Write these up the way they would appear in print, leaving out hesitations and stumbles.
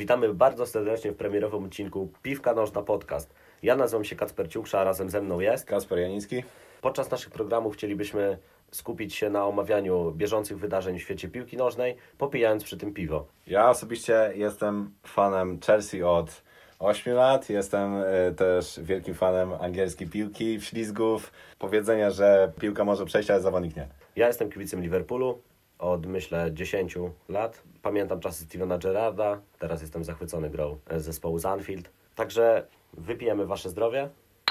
Witamy bardzo serdecznie w premierowym odcinku Piwka Nożna Podcast. Ja nazywam się Kacper Ciuksza, a razem ze mną jest Kasper Janicki. Podczas naszych programów chcielibyśmy skupić się na omawianiu bieżących wydarzeń w świecie piłki nożnej, popijając przy tym piwo. Ja osobiście jestem fanem Chelsea od 8 lat. Jestem też wielkim fanem angielskiej piłki, ślizgów. Powiedzenia, że piłka może przejść, ale zawodnik nie. Ja jestem kibicem Liverpoolu od, myślę, 10 lat. Pamiętam czasy Stevena Gerrarda, teraz jestem zachwycony grą zespołu z Anfield. Także wypijemy Wasze zdrowie.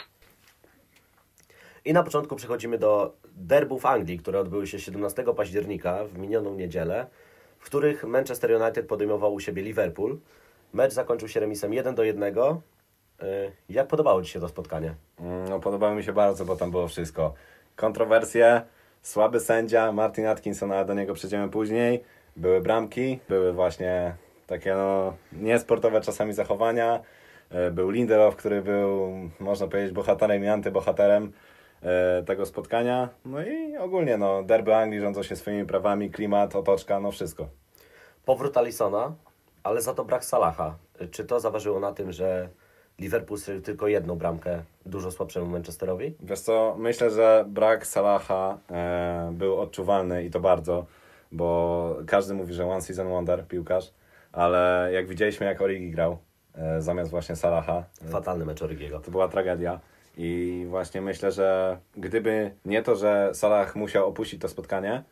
I na początku przechodzimy do derbów Anglii, które odbyły się 17 października w minioną niedzielę, w których Manchester United podejmował u siebie Liverpool. Mecz zakończył się remisem 1-1. Jak podobało Ci się to spotkanie? No, podobało mi się bardzo, bo tam było wszystko. Kontrowersje, słaby sędzia, Martin Atkinson, ale do niego przejdziemy później. Były bramki, były właśnie takie niesportowe czasami zachowania. Był Lindelof, który był, można powiedzieć, bohaterem i antybohaterem tego spotkania. No i ogólnie derby Anglii rządzą się swoimi prawami, klimat, otoczka, wszystko. Powrót Alissona, ale za to brak Salaha. Czy to zaważyło na tym, że Liverpool strzelił tylko jedną bramkę dużo słabszemu Manchesterowi? Wiesz co, myślę, że brak Salaha był odczuwalny i to bardzo, bo każdy mówi, że one season wonder, piłkarz, ale jak widzieliśmy, jak Origi grał zamiast właśnie Salaha. Fatalny mecz Origiego. To była tragedia. I właśnie myślę, że gdyby nie to, że Salah musiał opuścić to spotkanie,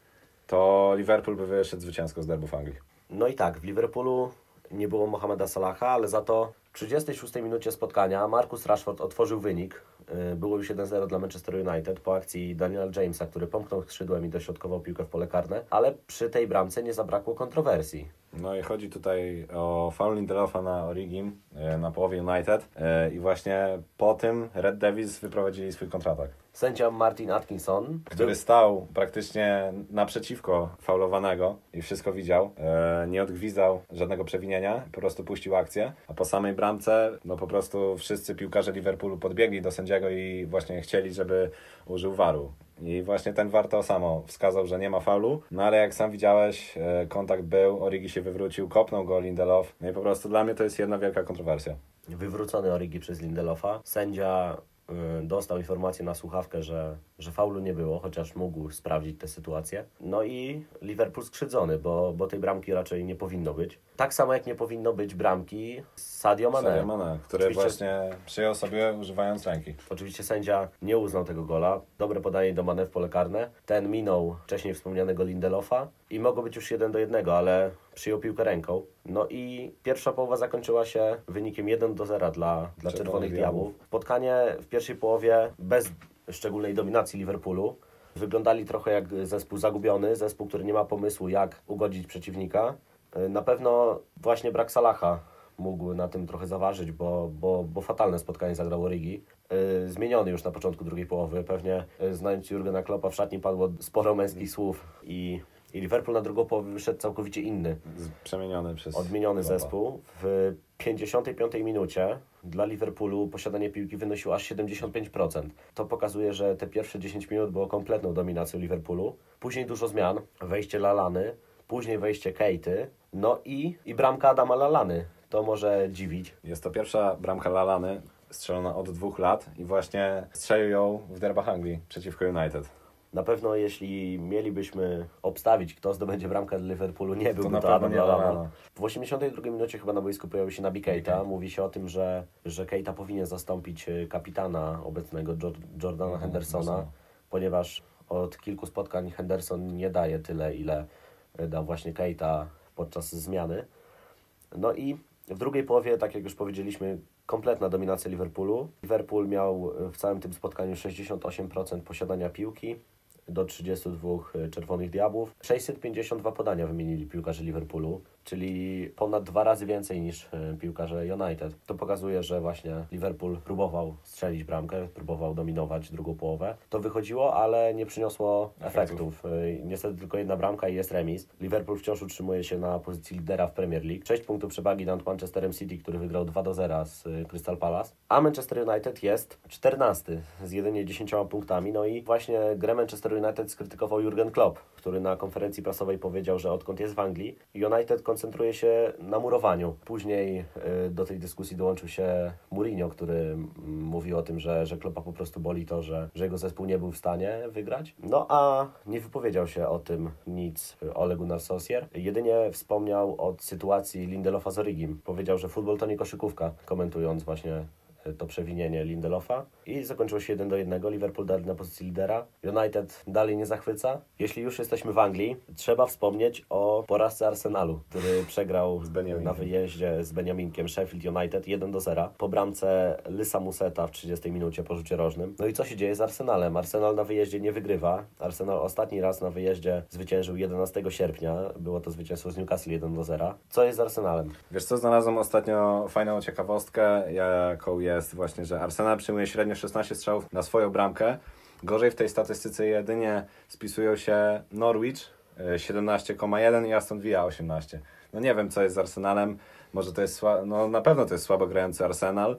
to Liverpool by wyszedł zwycięsko z derbów Anglii. No i tak, w Liverpoolu nie było Mohameda Salaha, ale za to w 36 minucie spotkania Marcus Rashford otworzył wynik. Było już 1-0 dla Manchester United po akcji Daniela Jamesa, który pomknął skrzydłem i dośrodkował piłkę w pole karne, ale przy tej bramce nie zabrakło kontrowersji. No i chodzi tutaj o foul Lindelofa na Origim na połowie United i właśnie po tym Red Devils wyprowadzili swój kontratak. Sędzia Martin Atkinson, który stał praktycznie naprzeciwko faulowanego i wszystko widział, nie odgwizdał żadnego przewinienia, po prostu puścił akcję, a po samej bramce po prostu wszyscy piłkarze Liverpoolu podbiegli do sędziego i właśnie chcieli, żeby użył VAR-u. I właśnie ten VAR to samo wskazał, że nie ma faulu, ale jak sam widziałeś, kontakt był, Origi się wywrócił, kopnął go Lindelof, no i po prostu dla mnie to jest jedna wielka kontrowersja. Wywrócony Origi przez Lindelofa. Sędzia dostał informację na słuchawkę, że faulu nie było, chociaż mógł sprawdzić tę sytuację. No i Liverpool skrzydzony, bo tej bramki raczej nie powinno być. Tak samo jak nie powinno być bramki Sadio Mané. Który oczywiście właśnie przyjął sobie używając ręki. Oczywiście sędzia nie uznał tego gola. Dobre podanie do Mané w pole karne. Ten minął wcześniej wspomnianego Lindelofa i mogło być już 1-1, ale przyjął piłkę ręką. No i pierwsza połowa zakończyła się wynikiem 1-0 dla Czerwonych Diabłów. Spotkanie w pierwszej połowie bez szczególnej dominacji Liverpoolu. Wyglądali trochę jak zespół zagubiony, zespół, który nie ma pomysłu, jak ugodzić przeciwnika. Na pewno właśnie brak Salaha mógł na tym trochę zaważyć, bo fatalne spotkanie zagrał Origi. Zmieniony już na początku drugiej połowy. Pewnie znając Jurgena Kloppa w szatni padło sporo męskich słów i Liverpool na drugą połowę wyszedł całkowicie inny. Odmieniony zespół. W 55 minucie dla Liverpoolu posiadanie piłki wynosiło aż 75%. To pokazuje, że te pierwsze 10 minut było kompletną dominacją Liverpoolu. Później dużo zmian. Wejście Lallany, później wejście Keity, no i bramka Adama Lallany. To może dziwić. Jest to pierwsza bramka Lallany strzelona od 2 lat i właśnie strzelił ją w derbach Anglii przeciwko United. Na pewno jeśli mielibyśmy obstawić, kto zdobędzie bramkę dla Liverpoolu, nie byłby to Adam Lallana. W 82 minucie chyba na boisku pojawił się Naby Keita. Mówi się o tym, że Keita powinien zastąpić kapitana obecnego Jordana Hendersona, ponieważ od kilku spotkań Henderson nie daje tyle, ile dał właśnie Keita podczas zmiany. No i w drugiej połowie, tak jak już powiedzieliśmy, kompletna dominacja Liverpoolu. Liverpool miał w całym tym spotkaniu 68% posiadania piłki do 32 Czerwonych Diabłów. 652 podania wymienili piłkarze Liverpoolu, czyli ponad 2 razy więcej niż piłkarze United. To pokazuje, że właśnie Liverpool próbował strzelić bramkę, próbował dominować drugą połowę. To wychodziło, ale nie przyniosło efektów. Niestety tylko jedna bramka i jest remis. Liverpool wciąż utrzymuje się na pozycji lidera w Premier League. 6 punktów przewagi nad Manchesterem City, który wygrał 2-0 z Crystal Palace. A Manchester United jest 14 z jedynie 10 punktami. No i właśnie grę Manchester United skrytykował Jurgen Klopp, który na konferencji prasowej powiedział, że odkąd jest w Anglii, United koncentruje się na murowaniu. Później do tej dyskusji dołączył się Mourinho, który mówił o tym, że Kloppa po prostu boli to, że jego zespół nie był w stanie wygrać. No a nie wypowiedział się o tym nic Ole Gunnar Solskjaer. Jedynie wspomniał o sytuacji Lindelofa z Origim. Powiedział, że futbol to nie koszykówka, komentując właśnie to przewinienie Lindelofa. I zakończyło się 1-1. Liverpool dalej na pozycji lidera. United dalej nie zachwyca. Jeśli już jesteśmy w Anglii, trzeba wspomnieć o porażce Arsenalu, który przegrał na wyjeździe z Beniaminkiem Sheffield United 1-0 po bramce Lysa Museta w 30 minucie po rzucie rożnym. No i co się dzieje z Arsenalem? Arsenal na wyjeździe nie wygrywa. Arsenal ostatni raz na wyjeździe zwyciężył 11 sierpnia. Było to zwycięstwo z Newcastle 1-0. Co jest z Arsenalem? Wiesz co, znalazłem ostatnio fajną ciekawostkę, jaką jest właśnie, że Arsenal przyjmuje średnio 16 strzałów na swoją bramkę. Gorzej w tej statystyce jedynie spisują się Norwich 17,1 i Aston Villa 18. No nie wiem, co jest z Arsenalem. Może to jest no na pewno to jest słabo grający Arsenal,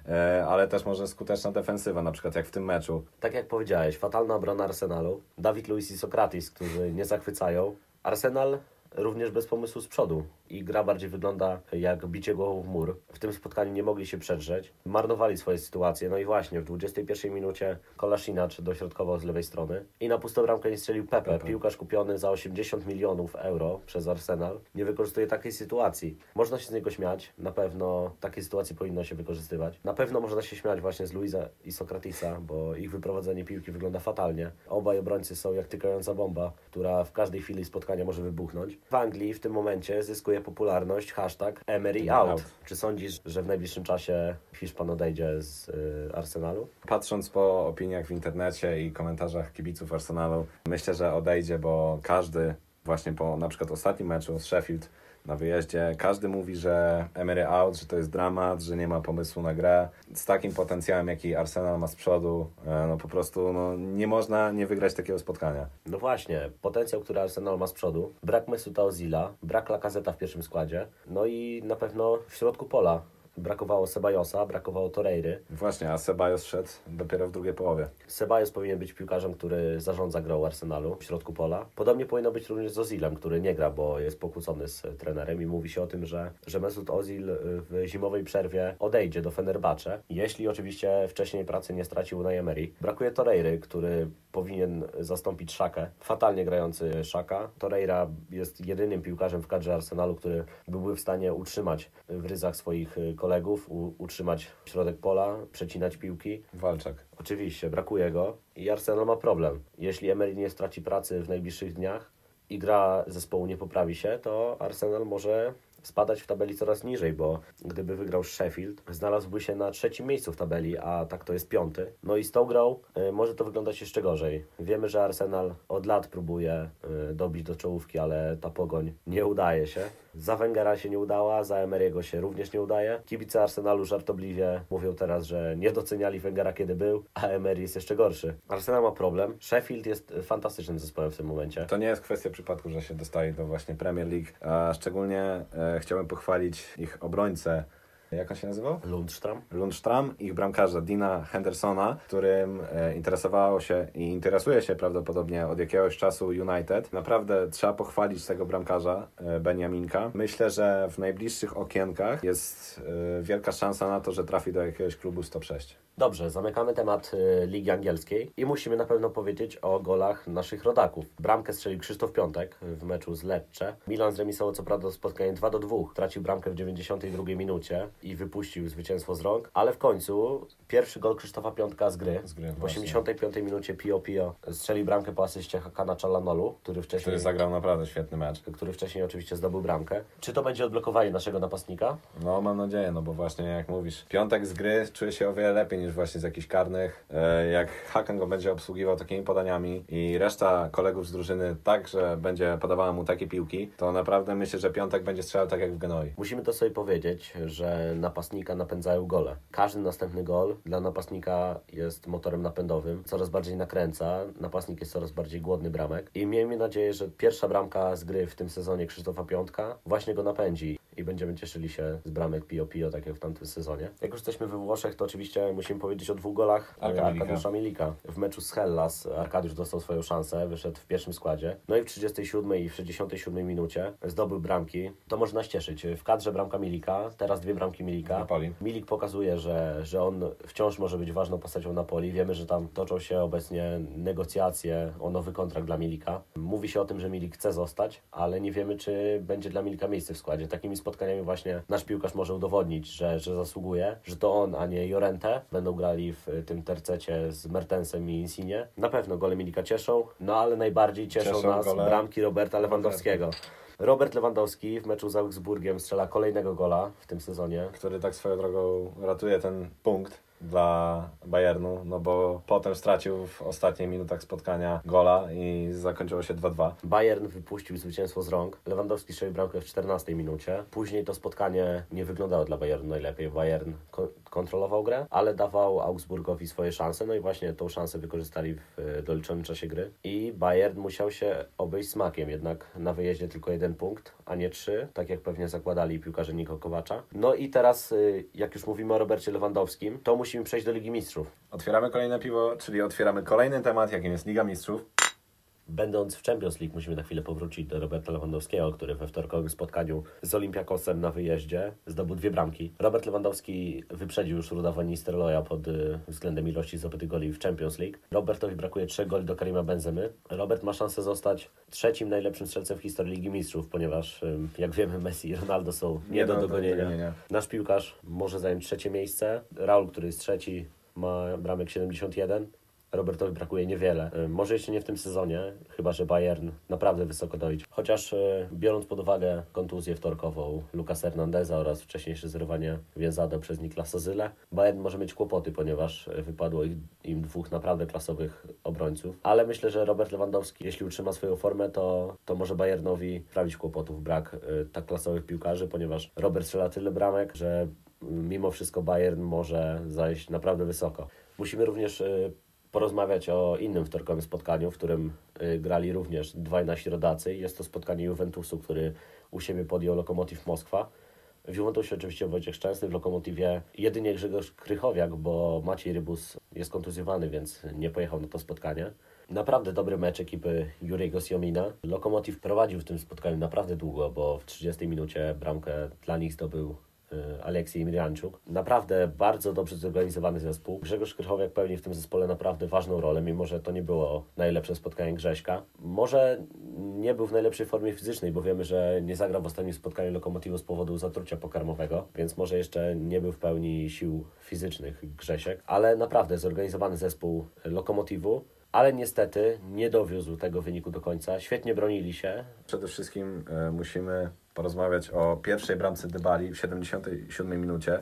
ale też może skuteczna defensywa, na przykład jak w tym meczu. Tak jak powiedziałeś, fatalna obrona Arsenalu. Dawid Luiz i Sokratis, którzy nie zachwycają. Arsenal również bez pomysłu z przodu i gra bardziej wygląda jak bicie głową w mur. W tym spotkaniu nie mogli się przedrzeć, marnowali swoje sytuacje, no i właśnie w 21 minucie Kolasinac dośrodkował z lewej strony i na pustą bramkę nie strzelił Pepe. Piłkarz kupiony za 80 milionów euro przez Arsenal nie wykorzystuje takiej sytuacji. Można się z niego śmiać, na pewno takie sytuacje powinno się wykorzystywać. Na pewno można się śmiać właśnie z Luisa i Sokratisa, bo ich wyprowadzenie piłki wygląda fatalnie. Obaj obrońcy są jak tykająca bomba, która w każdej chwili spotkania może wybuchnąć. W Anglii w tym momencie zyskuje popularność hashtag Emery out. Czy sądzisz, że w najbliższym czasie Hiszpan odejdzie z Arsenalu? Patrząc po opiniach w internecie i komentarzach kibiców Arsenalu, myślę, że odejdzie, bo każdy właśnie po na przykład ostatnim meczu z Sheffield na wyjeździe, każdy mówi, że Emery out, że to jest dramat, że nie ma pomysłu na grę. Z takim potencjałem, jaki Arsenal ma z przodu, no po prostu nie można nie wygrać takiego spotkania. No właśnie, potencjał, który Arsenal ma z przodu, brak Mesuta Ozila, brak Lacazeta w pierwszym składzie, no i na pewno w środku pola brakowało Ceballosa, brakowało Torreiry. Właśnie, a Ceballos szedł dopiero w drugiej połowie. Ceballos powinien być piłkarzem, który zarządza grą Arsenalu w środku pola. Podobnie powinno być również z Ozilem, który nie gra, bo jest pokłócony z trenerem i mówi się o tym, że Mesut Ozil w zimowej przerwie odejdzie do Fenerbahce, jeśli oczywiście wcześniej pracy nie stracił Unai Emery. Brakuje Torreiry, który powinien zastąpić Szakę. Fatalnie grający Szaka. Torreira jest jedynym piłkarzem w kadrze Arsenalu, który byłby w stanie utrzymać w ryzach swoich kolegów, utrzymać środek pola, przecinać piłki. Walczak. Oczywiście, brakuje go i Arsenal ma problem. Jeśli Emery nie straci pracy w najbliższych dniach i gra zespołu nie poprawi się, to Arsenal może spadać w tabeli coraz niżej, bo gdyby wygrał Sheffield, znalazłby się na 3. miejscu w tabeli, a tak to jest 5. No i z tą grą może to wyglądać jeszcze gorzej. Wiemy, że Arsenal od lat próbuje dobić do czołówki, ale ta pogoń nie udaje się. Za Wengera się nie udała, za Emery'ego się również nie udaje. Kibice Arsenalu żartobliwie mówią teraz, że nie doceniali Wengera kiedy był, a Emery jest jeszcze gorszy. Arsenal ma problem. Sheffield jest fantastycznym zespołem w tym momencie. To nie jest kwestia przypadku, że się dostaje do właśnie Premier League, a szczególnie chciałbym pochwalić ich obrońcę. Jak on się nazywał? Lundstram, ich bramkarza Deana Hendersona, którym interesowało się i interesuje się prawdopodobnie od jakiegoś czasu United. Naprawdę trzeba pochwalić tego bramkarza Beniaminka. Myślę, że w najbliższych okienkach jest wielka szansa na to, że trafi do jakiegoś klubu z top 6. Dobrze, zamykamy temat Ligi Angielskiej i musimy na pewno powiedzieć o golach naszych rodaków. Bramkę strzelił Krzysztof Piątek w meczu z Lecce. Milan zremisował co prawda spotkanie 2-2. Tracił bramkę w 92 minucie i wypuścił zwycięstwo z rąk, ale w końcu pierwszy gol Krzysztofa Piątka z gry w 85 minucie Pio strzelił bramkę po asyście Hakana Çalhanoğlu, który zagrał naprawdę świetny mecz. Który wcześniej oczywiście zdobył bramkę. Czy to będzie odblokowanie naszego napastnika? No mam nadzieję, no bo właśnie jak mówisz, Piątek z gry czuje się o wiele lepiej niż właśnie z jakichś karnych. Jak Hakan go będzie obsługiwał takimi podaniami i reszta kolegów z drużyny także będzie podawała mu takie piłki, to naprawdę myślę, że Piątek będzie strzelał tak jak w Genoi. Musimy to sobie powiedzieć, że napastnika napędzają gole. Każdy następny gol dla napastnika jest motorem napędowym, coraz bardziej nakręca, napastnik jest coraz bardziej głodny bramek i miejmy nadzieję, że pierwsza bramka z gry w tym sezonie Krzysztofa Piątka właśnie go napędzi. i będziemy cieszyli się z bramek Pio Pio, tak jak w tamtym sezonie. Jak już jesteśmy we Włoszech, to oczywiście musimy powiedzieć o 2 golach Arkadiusza Milika. W meczu z Hellas Arkadiusz dostał swoją szansę, wyszedł w pierwszym składzie. No i w 37 i w 67 minucie zdobył bramki. To może nas cieszyć. W kadrze bramka Milika, teraz 2 bramki Milika. Napoli. Milik pokazuje, że on wciąż może być ważną postacią Napoli. Wiemy, że tam toczą się obecnie negocjacje o nowy kontrakt dla Milika. Mówi się o tym, że Milik chce zostać, ale nie wiemy, czy będzie dla Milika miejsce w składzie. Takimi spotkaniami właśnie nasz piłkarz może udowodnić, że zasługuje, że to on, a nie Llorente będą grali w tym tercecie z Mertensem i Insigne. Na pewno gole Milika cieszą, no ale najbardziej cieszą nas bramki Roberta Lewandowskiego. Robert Lewandowski w meczu z Augsburgiem strzela kolejnego gola w tym sezonie. Który tak swoją drogą ratuje ten punkt dla Bayernu, no bo potem stracił w ostatnich minutach spotkania gola i zakończyło się 2-2. Bayern wypuścił zwycięstwo z rąk. Lewandowski strzelił bramkę w 14 minucie. Później to spotkanie nie wyglądało dla Bayernu najlepiej. Bayern kontrolował grę, ale dawał Augsburgowi swoje szanse, no i właśnie tą szansę wykorzystali w doliczonym czasie gry. I Bayern musiał się obejść smakiem, jednak na wyjeździe tylko 1 punkt, a nie 3, tak jak pewnie zakładali piłkarze Niko Kowacza. No i teraz, jak już mówimy o Robercie Lewandowskim, to musimy przejść do Ligi Mistrzów. Otwieramy kolejne piwo, czyli otwieramy kolejny temat, jakim jest Liga Mistrzów. Będąc w Champions League, musimy na chwilę powrócić do Roberta Lewandowskiego, który we wtorkowym spotkaniu z Olympiakosem na wyjeździe zdobył 2 bramki. Robert Lewandowski wyprzedził już Ruda Van Nistelrooya pod względem ilości zdobytych goli w Champions League. Robertowi brakuje 3 goli do Karima Benzemy. Robert ma szansę zostać 3. najlepszym strzelcem w historii Ligi Mistrzów, ponieważ jak wiemy Messi i Ronaldo są nie do dogonienia. Nasz piłkarz może zająć 3. miejsce. Raul, który jest 3, ma bramek 71. Robertowi brakuje niewiele. Może jeszcze nie w tym sezonie, chyba że Bayern naprawdę wysoko dojdzie. Chociaż biorąc pod uwagę kontuzję wtorkową Lucasa Hernandeza oraz wcześniejsze zerwanie Więzado przez Niklasa Zyle, Bayern może mieć kłopoty, ponieważ wypadło im 2 naprawdę klasowych obrońców. Ale myślę, że Robert Lewandowski, jeśli utrzyma swoją formę, to może Bayernowi sprawić kłopotów brak tak klasowych piłkarzy, ponieważ Robert strzela tyle bramek, że mimo wszystko Bayern może zajść naprawdę wysoko. Musimy również porozmawiać o innym wtorkowym spotkaniu, w którym grali również 2 nasi rodacy. Jest to spotkanie Juventusu, który u siebie podjął Lokomotiv Moskwa. W Juventusie oczywiście Wojciech Szczęsny, w Lokomotivie jedynie Grzegorz Krychowiak, bo Maciej Rybus jest kontuzjowany, więc nie pojechał na to spotkanie. Naprawdę dobry mecz ekipy Jurego Siomina. Lokomotiv prowadził w tym spotkaniu naprawdę długo, bo w 30 minucie bramkę dla nich zdobył Aleksiej Mirjanczuk. Naprawdę bardzo dobrze zorganizowany zespół. Grzegorz Krychowiak pełni w tym zespole naprawdę ważną rolę, mimo że to nie było najlepsze spotkanie Grześka. Może nie był w najlepszej formie fizycznej, bo wiemy, że nie zagrał w ostatnim spotkaniu Lokomotivu z powodu zatrucia pokarmowego, więc może jeszcze nie był w pełni sił fizycznych Grzesiek, ale naprawdę zorganizowany zespół Lokomotivu. Ale niestety nie dowiózł tego wyniku do końca. Świetnie bronili się. Przede wszystkim musimy porozmawiać o pierwszej bramce Dybali w 77 minucie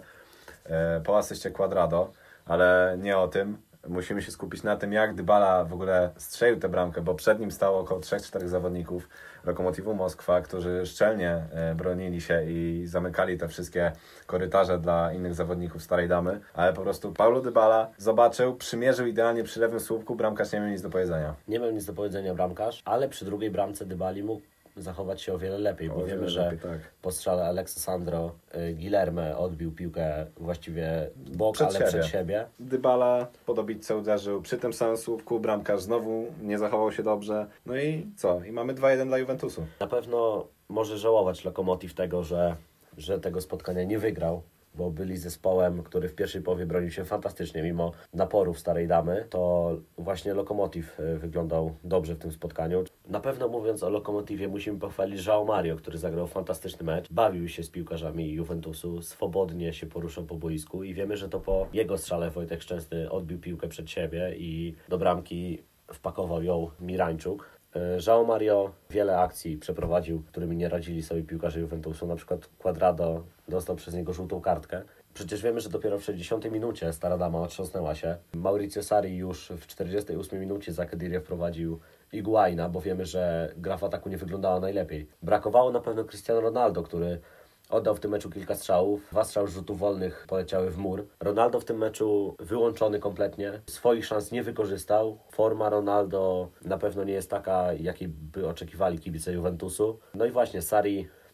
po asyście Cuadrado, ale nie o tym. Musimy się skupić na tym, jak Dybala w ogóle strzelił tę bramkę, bo przed nim stało około 3-4 zawodników Lokomotivu Moskwa, którzy szczelnie bronili się i zamykali te wszystkie korytarze dla innych zawodników Starej Damy, ale po prostu Paulo Dybala zobaczył, przymierzył idealnie przy lewym słupku, bramkarz nie miał nic do powiedzenia. Nie miał nic do powiedzenia bramkarz, ale przy drugiej bramce Dybali mógł zachować się o wiele lepiej, bo wiemy, że po strzale Alessandro Guilherme odbił piłkę właściwie bok, przed siebie. Dybala po dobitce uderzył przy tym samym słupku, bramkarz znowu nie zachował się dobrze. No i co? I mamy 2-1 dla Juventusu. Na pewno może żałować Lokomotiv tego, że tego spotkania nie wygrał, bo byli zespołem, który w pierwszej połowie bronił się fantastycznie, mimo naporów Starej Damy, to właśnie Lokomotiv wyglądał dobrze w tym spotkaniu. Na pewno mówiąc o Lokomotivie musimy pochwalić João Mario, który zagrał fantastyczny mecz, bawił się z piłkarzami Juventusu, swobodnie się poruszał po boisku i wiemy, że to po jego strzale Wojtek Szczęsny odbił piłkę przed siebie i do bramki wpakował ją Mirańczuk. João Mario wiele akcji przeprowadził, którymi nie radzili sobie piłkarze Juventusu. Na przykład Cuadrado dostał przez niego żółtą kartkę. Przecież wiemy, że dopiero w 60 minucie Stara Dama otrząsnęła się. Mauricio Sarri już w 48 minucie za Kedirię wprowadził Higuaina, bo wiemy, że gra w ataku nie wyglądała najlepiej. Brakowało na pewno Cristiano Ronaldo, który oddał w tym meczu kilka strzałów. 2 strzały z rzutów wolnych poleciały w mur. Ronaldo w tym meczu wyłączony kompletnie. Swoich szans nie wykorzystał. Forma Ronaldo na pewno nie jest taka, jakiej by oczekiwali kibice Juventusu. No i właśnie Sarri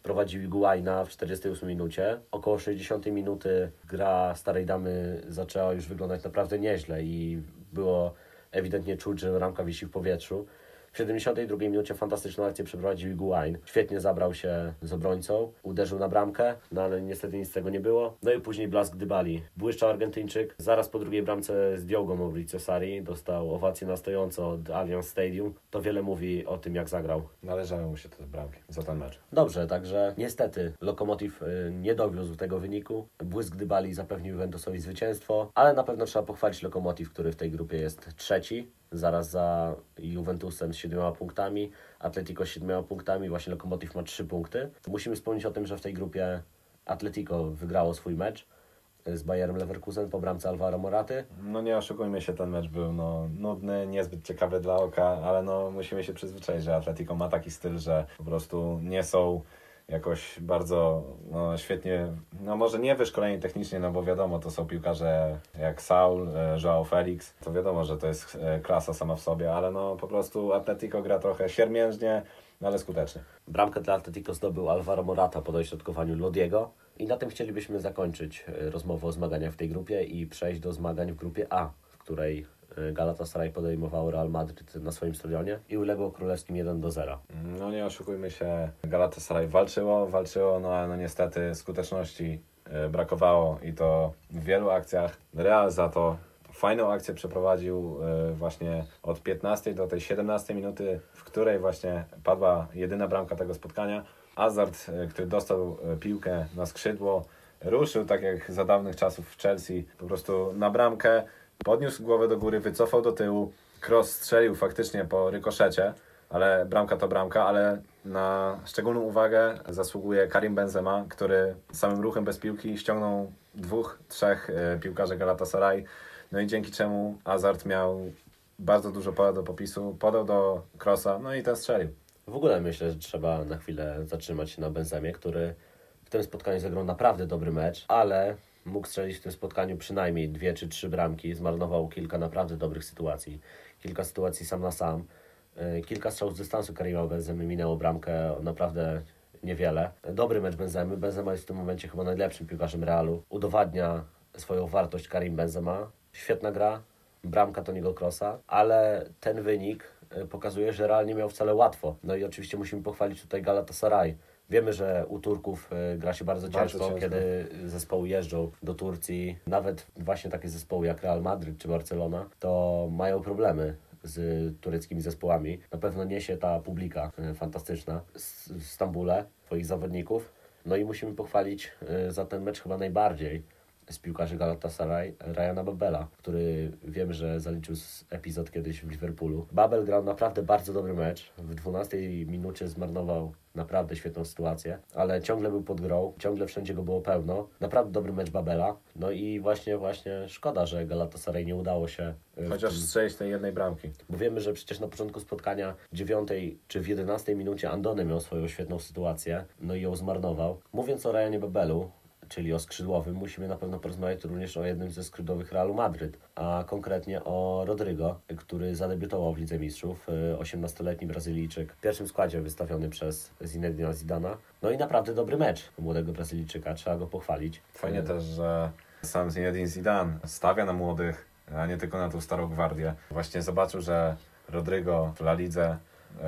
prowadził Higuaina w 48 minucie. Około 60 minuty gra Starej Damy zaczęła już wyglądać naprawdę nieźle i było ewidentnie czuć, że ramka wisi w powietrzu. W 72 minucie fantastyczną akcję przeprowadził Higuain. Świetnie zabrał się z obrońcą, uderzył na bramkę, no ale niestety nic z tego nie było. No i później blask Dybali. Błyszczał Argentyńczyk. Zaraz po drugiej bramce zdjął go Mauricio Sarri. Dostał owację na stojąco od Allianz Stadium. To wiele mówi o tym, jak zagrał. Należały mu się te bramki za ten mecz. Dobrze, także niestety Lokomotiv nie dowiózł tego wyniku. Błysk Dybali zapewnił Juventusowi zwycięstwo, ale na pewno trzeba pochwalić Lokomotiv, który w tej grupie jest trzeci. Zaraz za Juventusem z 7 punktami, Atletico z 7 punktami, właśnie Lokomotiv ma 3 punkty. Musimy wspomnieć o tym, że w tej grupie Atletico wygrało swój mecz z Bayerem Leverkusen po bramce Alvaro Moraty. No nie oszukujmy się, ten mecz był nudny, niezbyt ciekawy dla oka, ale musimy się przyzwyczaić, że Atletico ma taki styl, że po prostu nie są jakoś bardzo świetnie, może nie wyszkoleni technicznie, bo wiadomo, to są piłkarze jak Saul, João Felix, to wiadomo, że to jest klasa sama w sobie, ale po prostu Atletico gra trochę siermiężnie, ale skutecznie. Bramkę dla Atletico zdobył Alvaro Morata po dośrodkowaniu Lodiego i na tym chcielibyśmy zakończyć rozmowę o zmaganiach w tej grupie i przejść do zmagań w grupie A, w której Galatasaray podejmowało Real Madrid na swoim stadionie i uległo królewskim 1-0. Nie oszukujmy się, Galatasaray walczyło, ale niestety skuteczności brakowało i to w wielu akcjach. Real za to fajną akcję przeprowadził właśnie od 15 do tej 17 minuty, w której właśnie padła jedyna bramka tego spotkania. Hazard, który dostał piłkę na skrzydło, ruszył tak jak za dawnych czasów w Chelsea, po prostu na bramkę, podniósł głowę do góry, wycofał do tyłu, cross strzelił faktycznie po rykoszecie, ale bramka to bramka, ale na szczególną uwagę zasługuje Karim Benzema, który samym ruchem bez piłki ściągnął 2-3 piłkarzy Galatasaray, no i dzięki czemu Hazard miał bardzo dużo pola do popisu, podał do Krosa, no i ten strzelił. W ogóle myślę, że trzeba na chwilę zatrzymać się na Benzemie, który w tym spotkaniu zagrał naprawdę dobry mecz, ale mógł strzelić w tym spotkaniu przynajmniej 2 czy 3 bramki, zmarnował kilka naprawdę dobrych sytuacji, kilka sytuacji sam na sam, kilka strzałów z dystansu Karima Benzemy minęło bramkę naprawdę niewiele. Dobry mecz Benzemy, Benzema jest w tym momencie chyba najlepszym piłkarzem Realu, udowadnia swoją wartość Karim Benzema, świetna gra, bramka Toniego Krosa, ale ten wynik pokazuje, że Real nie miał wcale łatwo. No i oczywiście musimy pochwalić tutaj Galatasaray. Wiemy, że u Turków gra się bardzo ciężko, kiedy zespoły jeżdżą do Turcji. Nawet właśnie takie zespoły jak Real Madryt czy Barcelona, to mają problemy z tureckimi zespołami. Na pewno niesie ta publika fantastyczna w Stambule, swoich zawodników. No i musimy pochwalić za ten mecz chyba najbardziej z piłkarzy Galatasaray Ryana Babela, który wiem, że zaliczył epizod kiedyś w Liverpoolu. Babel grał naprawdę bardzo dobry mecz. W 12 minucie zmarnował naprawdę świetną sytuację, ale ciągle był pod grą, ciągle wszędzie go było pełno. Naprawdę dobry mecz Babela. No i właśnie szkoda, że Galatasaray nie udało się chociaż strzelić tej jednej bramki. Bo wiemy, że przecież na początku spotkania w 9 czy w 11 minucie Andone miał swoją świetną sytuację, no i ją zmarnował. Mówiąc o Ryanie Babelu, czyli o skrzydłowym, musimy na pewno porozmawiać również o jednym ze skrzydłowych Realu Madryt, a konkretnie o Rodrygo, który zadebiutował w Lidze Mistrzów, 18-letni Brazylijczyk, w pierwszym składzie wystawiony przez Zinedina Zidana. No i naprawdę dobry mecz młodego Brazylijczyka, trzeba go pochwalić. Fajnie też, że sam Zinedine Zidane stawia na młodych, a nie tylko na tą starą gwardię. Właśnie zobaczył, że Rodrygo w La Lidze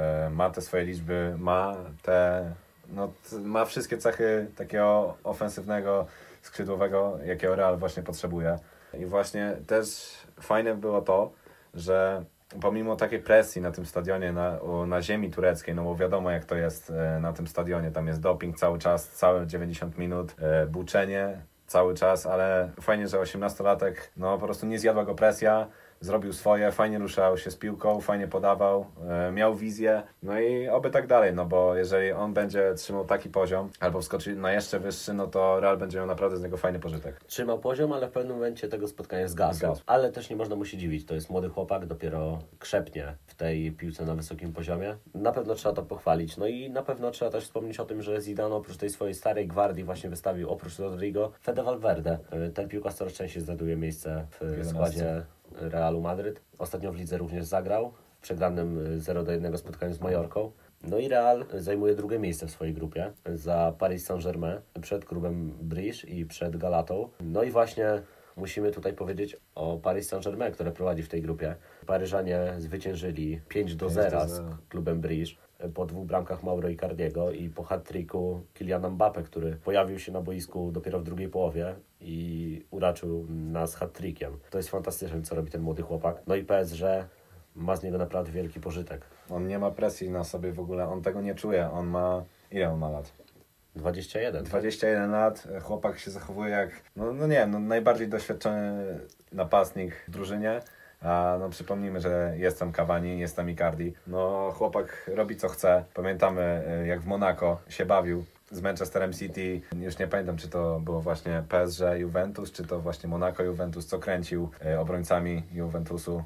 ma te swoje liczby, ma wszystkie cechy takiego ofensywnego, skrzydłowego, jakiego Real właśnie potrzebuje. I właśnie też fajne było to, że pomimo takiej presji na tym stadionie, na ziemi tureckiej, no bo wiadomo jak to jest na tym stadionie, tam jest doping cały czas, całe 90 minut, buczenie cały czas, ale fajnie, że 18-latek, po prostu nie zjadła go presja, zrobił swoje, fajnie ruszał się z piłką, fajnie podawał, miał wizję, no i oby tak dalej, bo jeżeli on będzie trzymał taki poziom, albo wskoczy na jeszcze wyższy, no to Real będzie miał naprawdę z niego fajny pożytek. Trzymał poziom, ale w pewnym momencie tego spotkania zgasł. Ale też nie można mu się dziwić, to jest młody chłopak, dopiero krzepnie w tej piłce na wysokim poziomie. Na pewno trzeba to pochwalić, no i na pewno trzeba też wspomnieć o tym, że Zidane oprócz tej swojej starej gwardii właśnie wystawił, oprócz Rodrigo, Fede Valverde. Ten piłkarz coraz częściej znajduje miejsce w składzie Realu Madryt. Ostatnio w lidze również zagrał w przegranym 0-1 spotkaniu z Majorką. No i Real zajmuje drugie miejsce w swojej grupie za Paris Saint-Germain, przed klubem Bruges i przed Galatą. No i właśnie musimy tutaj powiedzieć o Paris Saint-Germain, które prowadzi w tej grupie. Paryżanie zwyciężyli 5-0 z klubem Bruges po 2 bramkach Mauro Icardiego i po hat-tricku Kyliana Mbappé, który pojawił się na boisku dopiero w drugiej połowie i uraczył nas hat-trickiem. To jest fantastyczne, co robi ten młody chłopak. No i PSG ma z niego naprawdę wielki pożytek. On nie ma presji na sobie w ogóle, on tego nie czuje. On ma... Ile on ma lat? 21. 21 lat, chłopak się zachowuje jak, najbardziej doświadczony napastnik w drużynie. A no przypomnijmy, że jest tam Cavani, jest tam Icardi. No chłopak robi co chce. Pamiętamy jak w Monako się bawił z Manchesterem City. Już nie pamiętam, czy to było właśnie PSG Juventus, czy to właśnie Monaco Juventus, co kręcił obrońcami Juventusu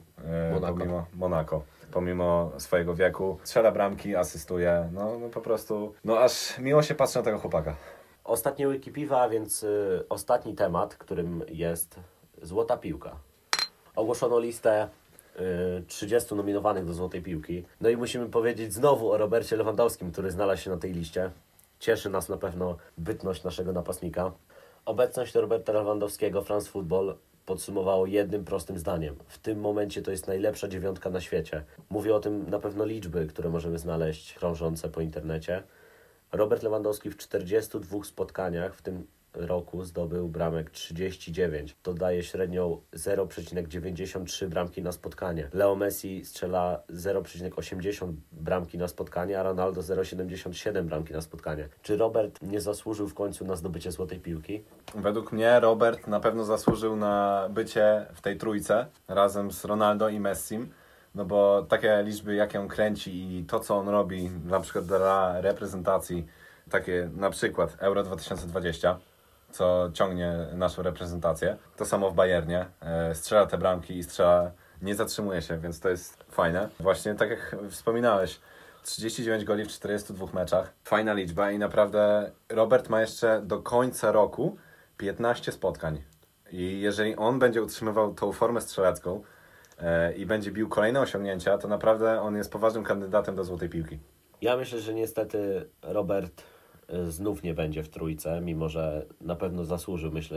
pomimo swojego wieku. Strzela bramki, asystuje. No po prostu, aż miło się patrzy na tego chłopaka. Ostatnie łyki piwa, więc ostatni temat, którym jest Złota Piłka. Ogłoszono listę 30 nominowanych do Złotej Piłki. No i musimy powiedzieć znowu o Robercie Lewandowskim, który znalazł się na tej liście. Cieszy nas na pewno bytność naszego napastnika. Obecność Roberta Lewandowskiego France Football podsumowało jednym prostym zdaniem. W tym momencie to jest najlepsza 9 na świecie. Mówię o tym na pewno liczby, które możemy znaleźć krążące po internecie. Robert Lewandowski w 42 spotkaniach w tym roku zdobył bramek 39. To daje średnią 0,93 bramki na spotkanie. Leo Messi strzela 0,80 bramki na spotkanie, a Ronaldo 0,77 bramki na spotkanie. Czy Robert nie zasłużył w końcu na zdobycie Złotej Piłki? Według mnie Robert na pewno zasłużył na bycie w tej trójce razem z Ronaldo i Messim. No bo takie liczby, jakie on kręci i to, co on robi, na przykład dla reprezentacji, takie na przykład Euro 2020, co ciągnie naszą reprezentację. To samo w Bayernie. Strzela te bramki i strzela, nie zatrzymuje się, więc to jest fajne. Właśnie tak jak wspominałeś, 39 goli w 42 meczach. Fajna liczba i naprawdę Robert ma jeszcze do końca roku 15 spotkań. I jeżeli on będzie utrzymywał tą formę strzelecką i będzie bił kolejne osiągnięcia, to naprawdę on jest poważnym kandydatem do Złotej Piłki. Ja myślę, że niestety Robert znów nie będzie w trójce, mimo że na pewno zasłużył. Myślę,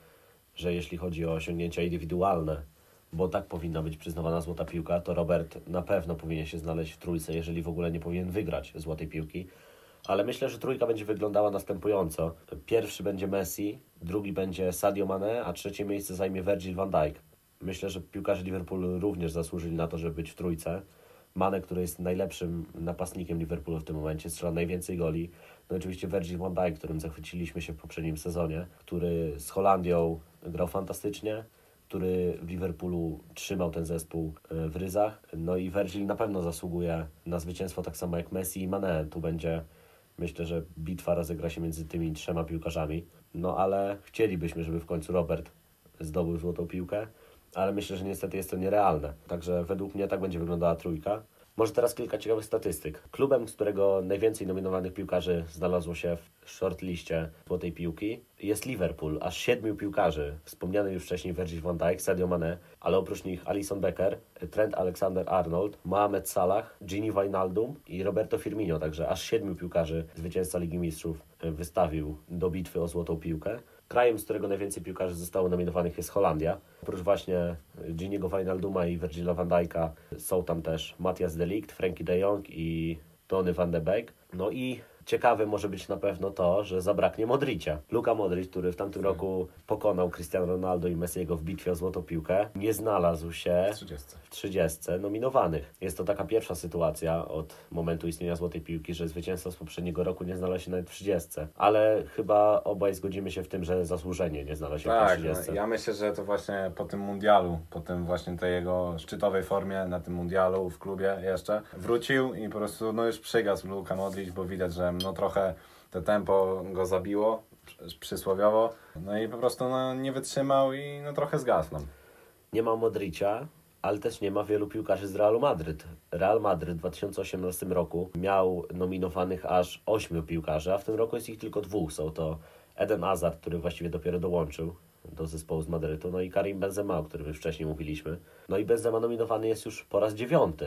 że jeśli chodzi o osiągnięcia indywidualne, bo tak powinna być przyznawana Złota Piłka, to Robert na pewno powinien się znaleźć w trójce, jeżeli w ogóle nie powinien wygrać Złotej Piłki. Ale myślę, że trójka będzie wyglądała następująco. Pierwszy będzie Messi, drugi będzie Sadio Mane, a trzecie miejsce zajmie Virgil van Dijk. Myślę, że piłkarze Liverpoolu również zasłużyli na to, żeby być w trójce. Mane, który jest najlepszym napastnikiem Liverpoolu w tym momencie, strzela najwięcej goli. No i oczywiście Virgil van Dijk, którym zachwyciliśmy się w poprzednim sezonie, który z Holandią grał fantastycznie, który w Liverpoolu trzymał ten zespół w ryzach. No i Virgil na pewno zasługuje na zwycięstwo, tak samo jak Messi i Mane. Tu będzie, myślę, że bitwa rozegra się między tymi trzema piłkarzami. No ale chcielibyśmy, żeby w końcu Robert zdobył Złotą Piłkę, ale myślę, że niestety jest to nierealne. Także według mnie tak będzie wyglądała trójka. Może teraz kilka ciekawych statystyk. Klubem, z którego najwięcej nominowanych piłkarzy znalazło się w shortliście Złotej Piłki, jest Liverpool. Aż 7 piłkarzy. Wspomniany już wcześniej Virgil van Dijk, Sadio Mane, ale oprócz nich Alisson Becker, Trent Alexander-Arnold, Mohamed Salah, Gini Wijnaldum i Roberto Firmino. Także aż 7 piłkarzy zwycięzca Ligi Mistrzów wystawił do bitwy o Złotą Piłkę. Krajem, z którego najwięcej piłkarzy zostało nominowanych, jest Holandia. Oprócz właśnie Giniego Wijnalduma i Virgila van Dijk'a są tam też Matthias de Ligt, Frenkie de Jong i Donny van de Beek. No i ciekawe może być na pewno to, że zabraknie Modricia. Luka Modric, który w tamtym roku pokonał Cristiano Ronaldo i Messiego w bitwie o Złotą Piłkę, nie znalazł się w 30 nominowanych. Jest to taka pierwsza sytuacja od momentu istnienia Złotej Piłki, że zwycięzca z poprzedniego roku nie znalazł się nawet w 30. Ale chyba obaj zgodzimy się w tym, że zasłużenie nie znalazł się w 30. No, ja myślę, że to właśnie po tym mundialu, po tym właśnie tej jego szczytowej formie na tym mundialu w klubie jeszcze wrócił i po prostu już przygasł Luka Modric, bo widać, że trochę to tempo go zabiło, przysłowiowo. No i po prostu nie wytrzymał i trochę zgasł nam. Nie ma Modricia, ale też nie ma wielu piłkarzy z Realu Madryt. Real Madryt w 2018 roku miał nominowanych aż 8 piłkarzy, a w tym roku jest ich tylko 2. Są to Eden Hazard, który właściwie dopiero dołączył do zespołu z Madrytu, no i Karim Benzema, o którym już wcześniej mówiliśmy. No i Benzema nominowany jest już po raz 9.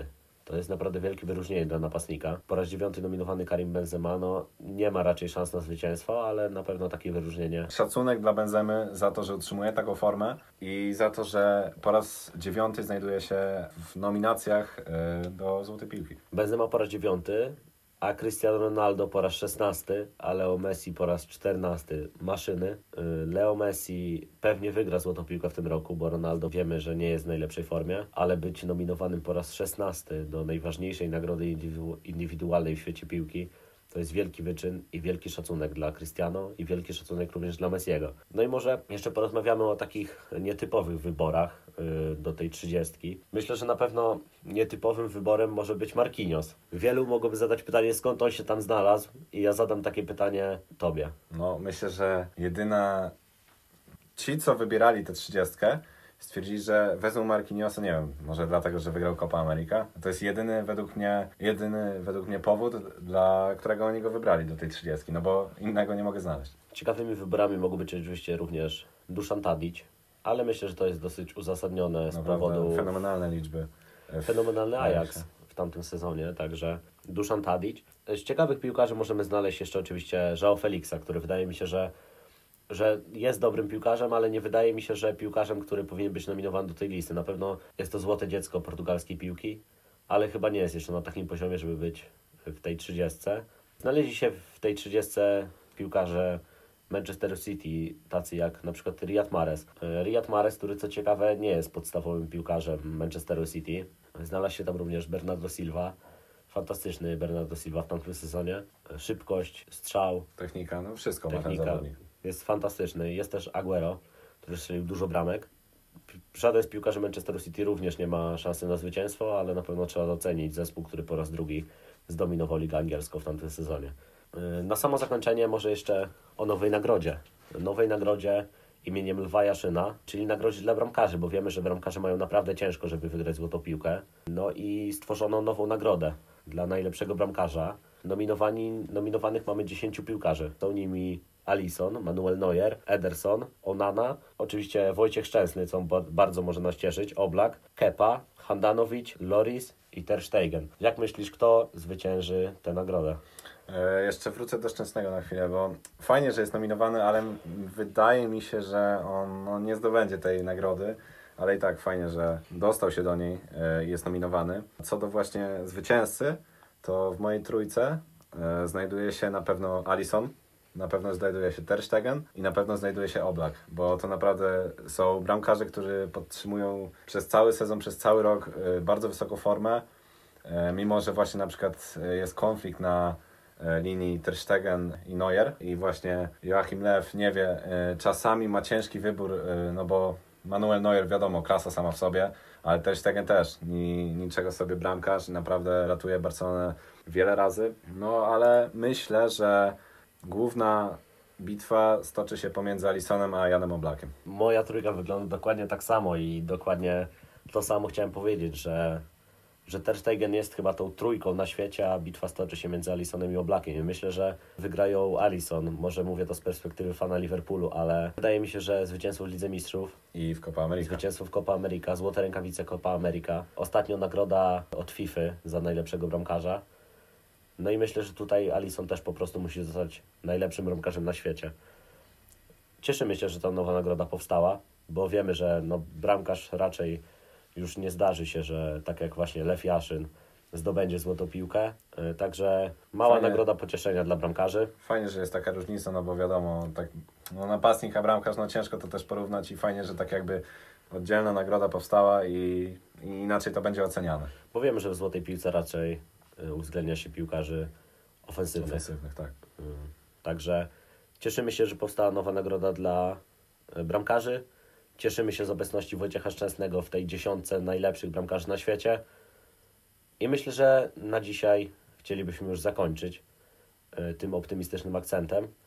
To jest naprawdę wielkie wyróżnienie dla napastnika. Po raz 9 nominowany Karim Benzema, no nie ma raczej szans na zwycięstwo, ale na pewno takie wyróżnienie. Szacunek dla Benzemy za to, że utrzymuje taką formę i za to, że po raz 9 znajduje się w nominacjach do Złotej Piłki. Benzema po raz 9, a Cristiano Ronaldo po raz 16, a Leo Messi po raz 14. Maszyny. Leo Messi pewnie wygra Złotą Piłkę w tym roku, bo Ronaldo wiemy, że nie jest w najlepszej formie, ale być nominowanym po raz 16 do najważniejszej nagrody indywidualnej w świecie piłki to jest wielki wyczyn i wielki szacunek dla Cristiano i wielki szacunek również dla Messiego. No i może jeszcze porozmawiamy o takich nietypowych wyborach do tej 30. Myślę, że na pewno nietypowym wyborem może być Marquinhos. Wielu mogłoby zadać pytanie, skąd on się tam znalazł, i ja zadam takie pytanie Tobie. No, myślę, że ci, co wybierali tę 30, stwierdzili, że wezmą Marquinhosa, nie wiem, może dlatego, że wygrał Copa America. To jest jedyny według mnie powód, dla którego oni go wybrali do tej 30, no bo innego nie mogę znaleźć. Ciekawymi wyborami mogą być oczywiście również Dušan Tadić, ale myślę, że to jest dosyć uzasadnione z powodu... Fenomenalne liczby. Fenomenalny Ajax w tamtym sezonie, także Dušan Tadić. Z ciekawych piłkarzy możemy znaleźć jeszcze oczywiście João Felixa, który wydaje mi się, że jest dobrym piłkarzem, ale nie wydaje mi się, że piłkarzem, który powinien być nominowany do tej listy. Na pewno jest to złote dziecko portugalskiej piłki, ale chyba nie jest jeszcze na takim poziomie, żeby być w tej 30. Znaleźli się w tej 30 piłkarze Manchester City, tacy jak na przykład Riyad Mahrez. Riyad Mahrez, który co ciekawe nie jest podstawowym piłkarzem Manchesteru City. Znalazł się tam również Bernardo Silva. Fantastyczny Bernardo Silva w tamtym sezonie. Szybkość, strzał. Technika, no wszystko ma ten zawodnik. Jest fantastyczny. Jest też Aguero, który strzelił dużo bramek. Żaden z piłkarzy Manchesteru City również nie ma szansy na zwycięstwo, ale na pewno trzeba docenić zespół, który po raz drugi zdominował ligę angielską w tamtym sezonie. Na samo zakończenie może jeszcze o nowej nagrodzie. Nowej nagrodzie imieniem Lwa Jaszyna, czyli nagrodzie dla bramkarzy, bo wiemy, że bramkarze mają naprawdę ciężko, żeby wygrać Złotą Piłkę. No i stworzono nową nagrodę dla najlepszego bramkarza. Nominowanych mamy 10 piłkarzy. Są nimi Alisson, Manuel Neuer, Ederson, Onana, oczywiście Wojciech Szczęsny, co bardzo może nas cieszyć, Oblak, Kepa, Handanovic, Lloris i Ter Stegen. Jak myślisz, kto zwycięży tę nagrodę? Jeszcze wrócę do Szczęsnego na chwilę, bo fajnie, że jest nominowany, ale wydaje mi się, że on nie zdobędzie tej nagrody, ale i tak fajnie, że dostał się do niej i jest nominowany. Co do właśnie zwycięzcy, to w mojej trójce znajduje się na pewno Alisson, na pewno znajduje się Ter Stegen i na pewno znajduje się Oblak, bo to naprawdę są bramkarze, którzy podtrzymują przez cały sezon, przez cały rok bardzo wysoką formę, mimo że właśnie na przykład jest konflikt na linii Ter Stegen i Neuer i właśnie Joachim Löw nie wie, czasami ma ciężki wybór, no bo Manuel Neuer wiadomo, klasa sama w sobie, ale Ter Stegen też, niczego sobie bramkarz, naprawdę ratuje Barcelonę wiele razy, no ale myślę, że główna bitwa stoczy się pomiędzy Alissonem a Janem Oblakiem. Moja trójka wygląda dokładnie tak samo i dokładnie to samo chciałem powiedzieć, że Ter Stegen jest chyba tą trójką na świecie, a bitwa stoczy się między Alissonem i Oblakiem. I myślę, że wygrają Alisson. Może mówię to z perspektywy fana Liverpoolu, ale wydaje mi się, że zwycięstwo w Lidze Mistrzów i w Copa America. Zwycięstwo w Copa America, złote rękawice Copa America. Ostatnio nagroda od FIFA za najlepszego bramkarza. No i myślę, że tutaj Alisson też po prostu musi zostać najlepszym bramkarzem na świecie. Cieszymy się, że ta nowa nagroda powstała, bo wiemy, że bramkarz raczej już nie zdarzy się, że tak jak właśnie Lew Jaszyn zdobędzie złotą piłkę. Także mała nagroda pocieszenia dla bramkarzy. Fajnie, że jest taka różnica, no bo wiadomo, tak, napastnik a bramkarz, ciężko to też porównać i fajnie, że tak jakby oddzielna nagroda powstała i inaczej to będzie oceniane. Bo wiemy, że w złotej piłce raczej uwzględnia się piłkarzy ofensywnych. Tak. Także cieszymy się, że powstała nowa nagroda dla bramkarzy. Cieszymy się z obecności Wojciecha Szczęsnego w tej 10 najlepszych bramkarzy na świecie. I myślę, że na dzisiaj chcielibyśmy już zakończyć tym optymistycznym akcentem.